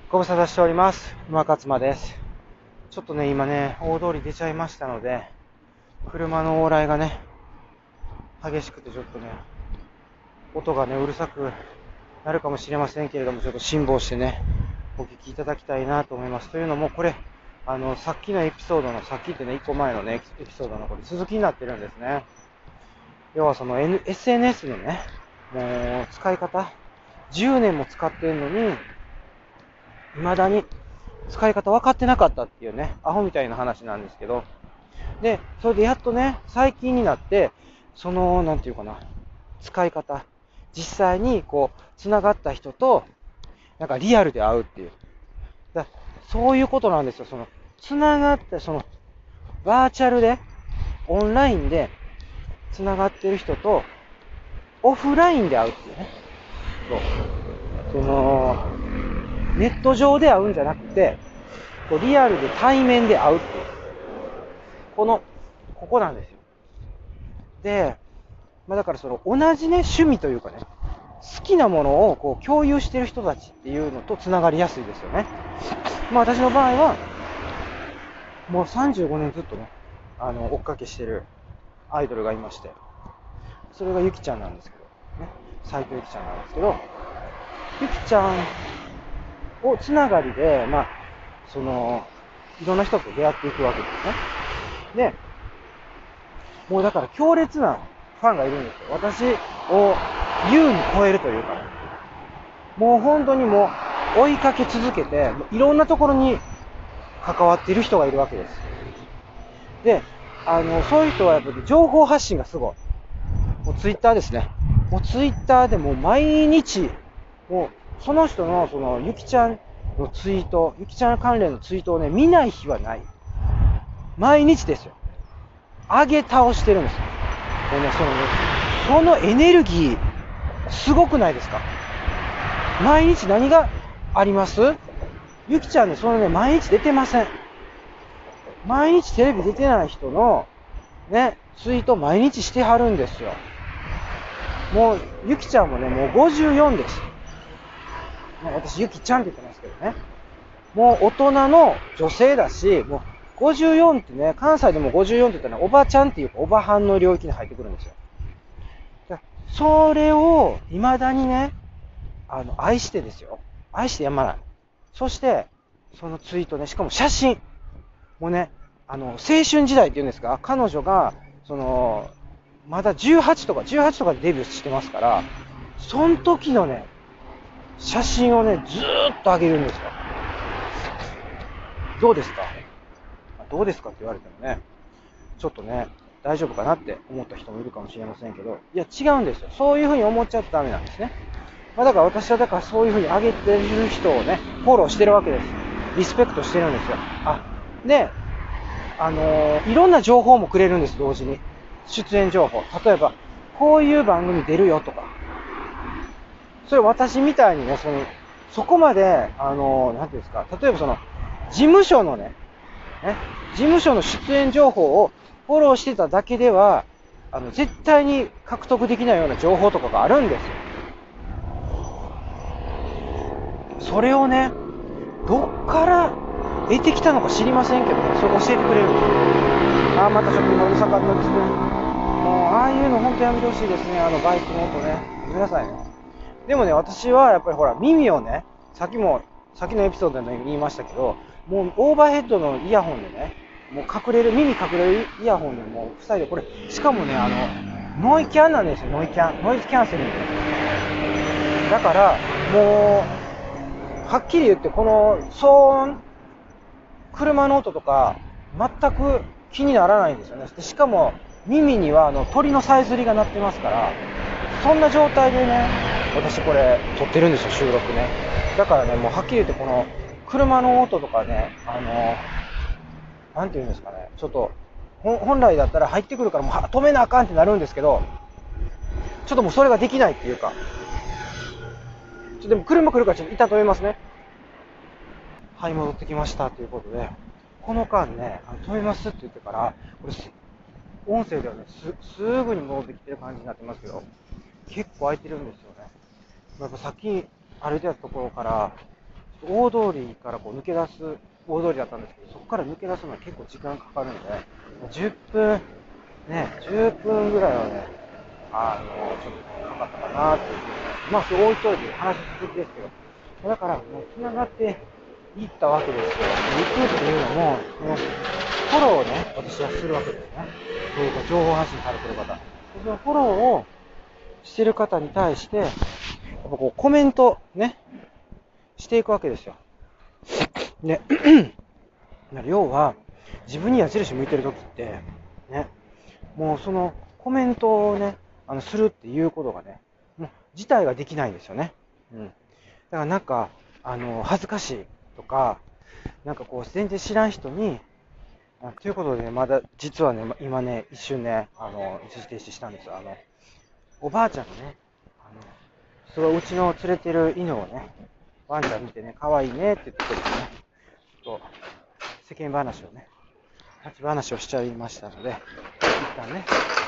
ご無沙汰しております。馬勝間です。ちょっとね、今ね、大通り出ちゃいましたので、車の往来がね、激しくてちょっとね、音がね、うるさくなるかもしれませんけれども、ちょっと辛抱してね、お聞きいただきたいなと思います。というのも、これ、さっきのエピソードの、さっきってね、1個前のね、エピソードのこれ続きになってるんですね。要はその、SNS のね、もう、使い方、10年も使ってるのに、未だに使い方分かってなかったっていうね、アホみたいな話なんですけど、で、それでやっとね、最近になって、その、なんていうかな、使い方、実際にこう、繋がった人と、なんかリアルで会うっていう。だそういうことなんですよ。その、繋がった、その、バーチャルで、オンラインで繋がってる人と、オフラインで会うっていうね。そう。その、ネット上で会うんじゃなくて、こうリアルで対面で会うっていう。ここなんですよ。で、まあだからその同じね、趣味というかね、好きなものをこう共有してる人たちっていうのと繋がりやすいですよね。まあ私の場合は、もう35年ずっとね、追っかけしてるアイドルがいまして、それがゆきちゃんなんですけど、ね、斉藤ゆきちゃんなんですけど、ゆきちゃんをつながりで、まあ、その、いろんな人と出会っていくわけですね。で、もうだから強烈なファンがいるんですよ。私を優に超えるというか、ね、もう本当にもう追いかけ続けて、いろんなところに関わっている人がいるわけです。で、そういう人はやっぱり情報発信がすごい。もうツイッターですね。もうツイッターでもう毎日、もうその人のそのゆきちゃんのツイート、ゆきちゃん関連のツイートをね、見ない日はない。毎日ですよ。上げ倒してるんですよ。もうね、そのエネルギー、すごくないですか？毎日何があります？ゆきちゃんね、そのね、毎日出てません。毎日テレビ出てない人の、ね、ツイート毎日してはるんですよ。もう、ゆきちゃんもね、もう54です。私、ゆきちゃんって言ってますけどね。もう大人の女性だし、もう54ってね、関西でも54って言ったら、おばちゃんっていうか、おばはんの領域に入ってくるんですよ。それを、未だにね、愛してですよ。愛してやまない。そして、そのツイートね、しかも写真。もうね、青春時代っていうんですか、彼女が、その、まだ18とかでデビューしてますから、その時のね、写真をね、ずーっと上げるんですよ。どうですか？どうですかって言われてもね、ちょっとね、大丈夫かなって思った人もいるかもしれませんけど、いや、違うんですよ。そういう風に思っちゃダメなんですね。まあ、だから私はだからそういう風に上げてる人をね、フォローしてるわけです。リスペクトしてるんですよ。で、いろんな情報もくれるんです、同時に。出演情報。例えば、こういう番組出るよとか。それ私みたいにね、そこまで、なんていうんですか、例えば事務所のね、事務所の出演情報をフォローしてただけでは、絶対に獲得できないような情報とかがあるんですよ。それをね、どっから得てきたのか知りませんけどね、それ教えてくれるんですよ。またちょっと今うるさかったですね。もう、ああいうの本当やめてほしいですね、バイクの音ね。ごめんなさいね。でもね、私はやっぱりほら、耳をね、さっきのエピソードでも言いましたけど、もうオーバーヘッドのイヤホンでね、もう耳隠れるイヤホンでもう塞いで、これ、しかもね、ノイキャンなんですよ、ノイズキャンセリング。だから、もう、はっきり言って、この騒音、車の音とか、全く気にならないんですよね。でしかも、耳には鳥のさえずりが鳴ってますから、そんな状態でね、私これ撮ってるんですよ、収録ね。だからね、もうはっきり言ってこの車の音とかね、なんていうんですかね、ちょっと、本来だったら入ってくるからもう止めなあかんってなるんですけど、ちょっともうそれができないっていうか、でも車来るからちょっと一旦止めますね。はい、戻ってきましたということで、この間ね、止めますって言ってから、これ音声ではね、すぐに戻ってきてる感じになってますけど、結構空いてるんですよね。やっぱさっき歩いてたところから、 大通りからこう抜け出す大通りだったんですけど、そこから抜け出すのは結構時間かかるんで、10分、10分ぐらいはね、ちょっとかかったかなっていうふうに、まあ、それ置いといて話続きですけど、だから、もう繋がっていったわけですよ。行くっていうのも、そのフォローをね、私はするわけですね。そういう情報発信されてる方。そのフォローをしてる方に対して、やっぱこうコメントね、していくわけですよ。ね、要は、自分に矢印向いてるときって、ね、もうそのコメントをね、するっていうことがね、もう自体ができないんですよね。うん。だからなんか、恥ずかしいとか、なんかこう、全然知らん人に、ということでね、まだ、実はね、今ね、一瞬ね、一時停止したんですよ。おばあちゃんがね、すごい、うちの連れてる犬をね、ワンちゃん見てね、可愛いねって言ってくれてね、ちょっと、世間話をね、立ち話をしちゃいましたので、一旦ね、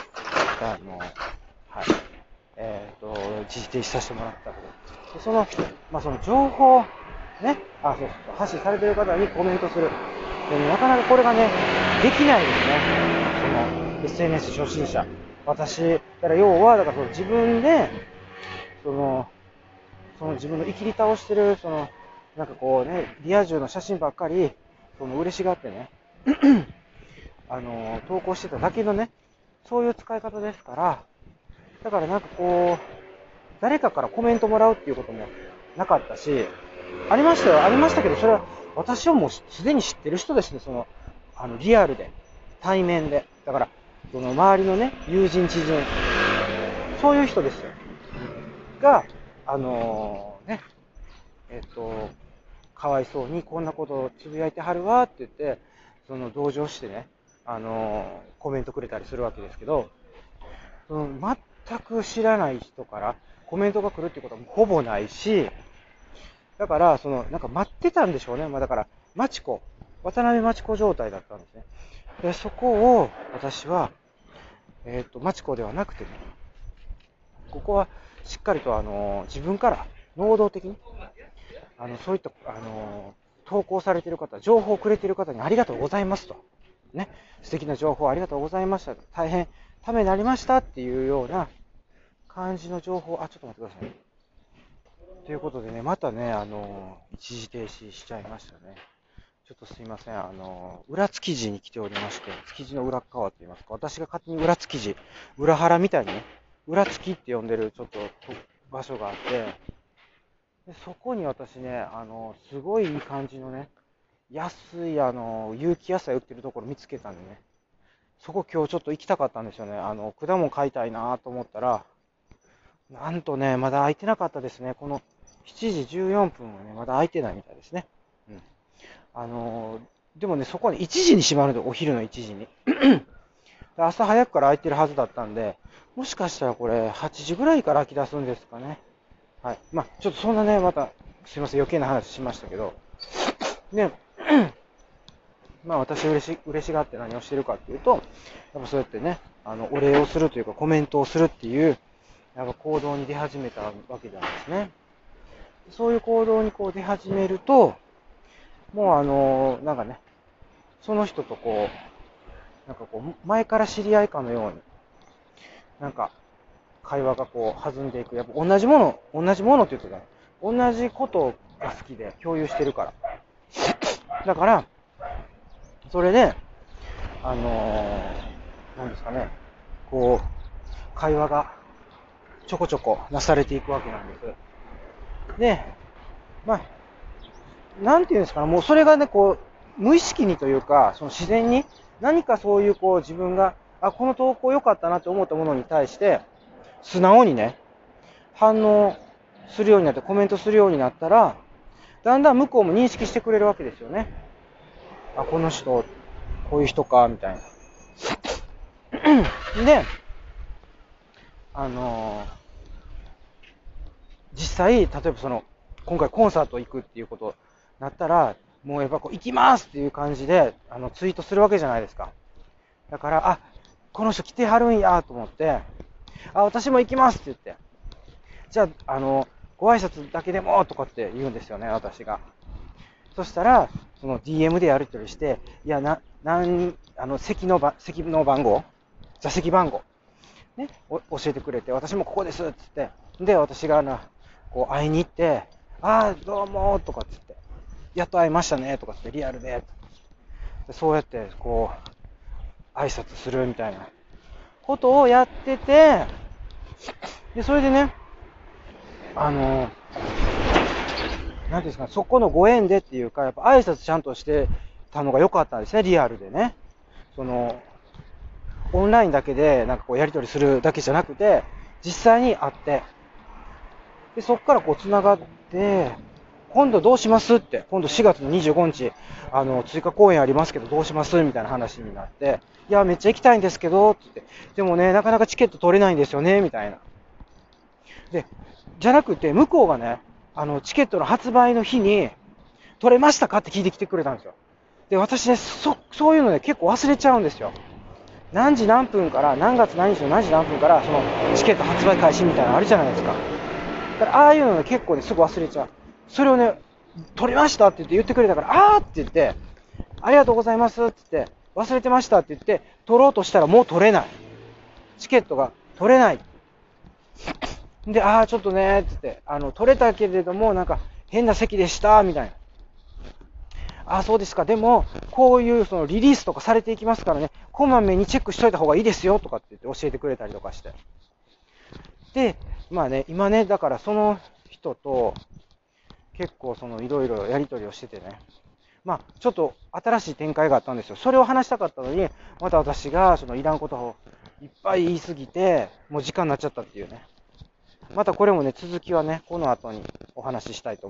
はい、一時停止させてもらったけど、でその情報、ね、発信されてる方にコメントする。でもなかなかこれがね、できないですね。その、SNS 初心者。私、だから要は、だからその自分で、その自分の生きり倒してる、なんかこうね、リア充の写真ばっかり、嬉しがってね、投稿してただけのね、そういう使い方ですから、だからなんかこう、誰かからコメントもらうっていうこともなかったし、ありましたよ、ありましたけど、それは私はもうすでに知ってる人ですね、リアルで、対面で。だから、その周りのね、友人、知人、そういう人ですよ。が、ね、かわいそうにこんなことをつぶやいてはるわって言って、同情してね、コメントくれたりするわけですけど、全く知らない人からコメントが来るっていうことはほぼないし、だから、なんか待ってたんでしょうね。まあだから、渡辺真知子状態だったんですね。で、そこを、私は、真知子ではなくてね、ここはしっかりと、自分から、能動的に、そういった、投稿されている方、情報をくれている方にありがとうございますと。ね。素敵な情報ありがとうございました。大変ためになりましたっていうような感じの情報、ちょっと待ってください。ということでね、またね、一時停止しちゃいましたね。ちょっとすいません。裏築地に来ておりまして、築地の裏側と言いますか、私が勝手に裏築地、裏原みたいにね、裏付きって呼んでるちょっと場所があって、でそこに私ね、すごいいい感じのね、安い有機野菜売ってるところ見つけたんでね、そこ今日ちょっと行きたかったんですよね。果物買いたいなと思ったら、なんとね、まだ空いてなかったですね。この7時14分はね、まだ空いてないみたいですね。うん。でもね、そこはね、1時に閉まるんで、お昼の1時に。朝早くから空いてるはずだったんで、もしかしたらこれ、8時ぐらいから空き出すんですかね。はい。まあ、ちょっとそんなね、また、すいません、余計な話しましたけど、ね、まあ私嬉しがって何をしてるかっていうと、やっぱそうやってね、お礼をするというかコメントをするっていう、やっぱ行動に出始めたわけなんですね。そういう行動にこう出始めると、もうなんかね、その人とこう、なんかこう、前から知り合いかのように、なんか、会話がこう弾んでいく。やっぱ同じものって言うとね、同じことが好きで共有してるから。だから、それで、なんですかね、こう、会話がちょこちょこなされていくわけなんです。で、まあ、なんていうんですかね、もうそれがね、こう、無意識にというか、その自然に、何かそういうこう自分が、この投稿良かったなって思ったものに対して、素直にね、反応するようになって、コメントするようになったら、だんだん向こうも認識してくれるわけですよね。この人、こういう人か、みたいな。で、実際、例えば今回コンサート行くっていうことになったら、もうやっぱこう、行きますっていう感じで、ツイートするわけじゃないですか。だから、この人来てはるんやと思って、私も行きますって言って、じゃあ、 ご挨拶だけでもとかって言うんですよね、私が。そしたら、その DM でやり取りして、いや、席の番号、座席番号、ね、教えてくれて、私もここですっつって、で、私がこう会いに行って、ああ、どうもとかっつって、やっと会いましたねとかって、リアルで、そうやって、こう、挨拶するみたいなことをやってて、で、それでね、なんていうんですか、そこのご縁でっていうか、やっぱ挨拶ちゃんとしてたのが良かったんですね、リアルでね。オンラインだけで、なんかこうやり取りするだけじゃなくて、実際に会って、で、そこからこう繋がって、今度どうしますって、今度4月の25日、追加公演ありますけどどうしますみたいな話になって、いや、めっちゃ行きたいんですけど、って言って、でもね、なかなかチケット取れないんですよね、みたいな。で、じゃなくて、向こうがね、チケットの発売の日に、取れましたかって聞いてきてくれたんですよ。で、私ね、そういうのね、結構忘れちゃうんですよ。何時何分から、何月何日の何時何分から、その、チケット発売開始みたいなのあるじゃないですか。だから、ああいうのね、結構ね、すぐ忘れちゃう。それをね、取りましたって言ってくれたから、あーって言って、ありがとうございますって言って、忘れてましたって言って、取ろうとしたらもう取れない。チケットが取れない。で、あーちょっとね、って言って、取れたけれども、なんか、変な席でした、みたいな。あ、そうですか。でも、こういうそのリリースとかされていきますからね、こまめにチェックしといた方がいいですよとかって言って教えてくれたりとかして。で、まあね、今ね、だからその人と結構そのいろいろやり取りをしててね、まあちょっと新しい展開があったんですよ。それを話したかったのに、また私がそのいらんことをいっぱい言いすぎて、もう時間になっちゃったっていうね。またこれもね、続きはね、この後にお話ししたいと思います。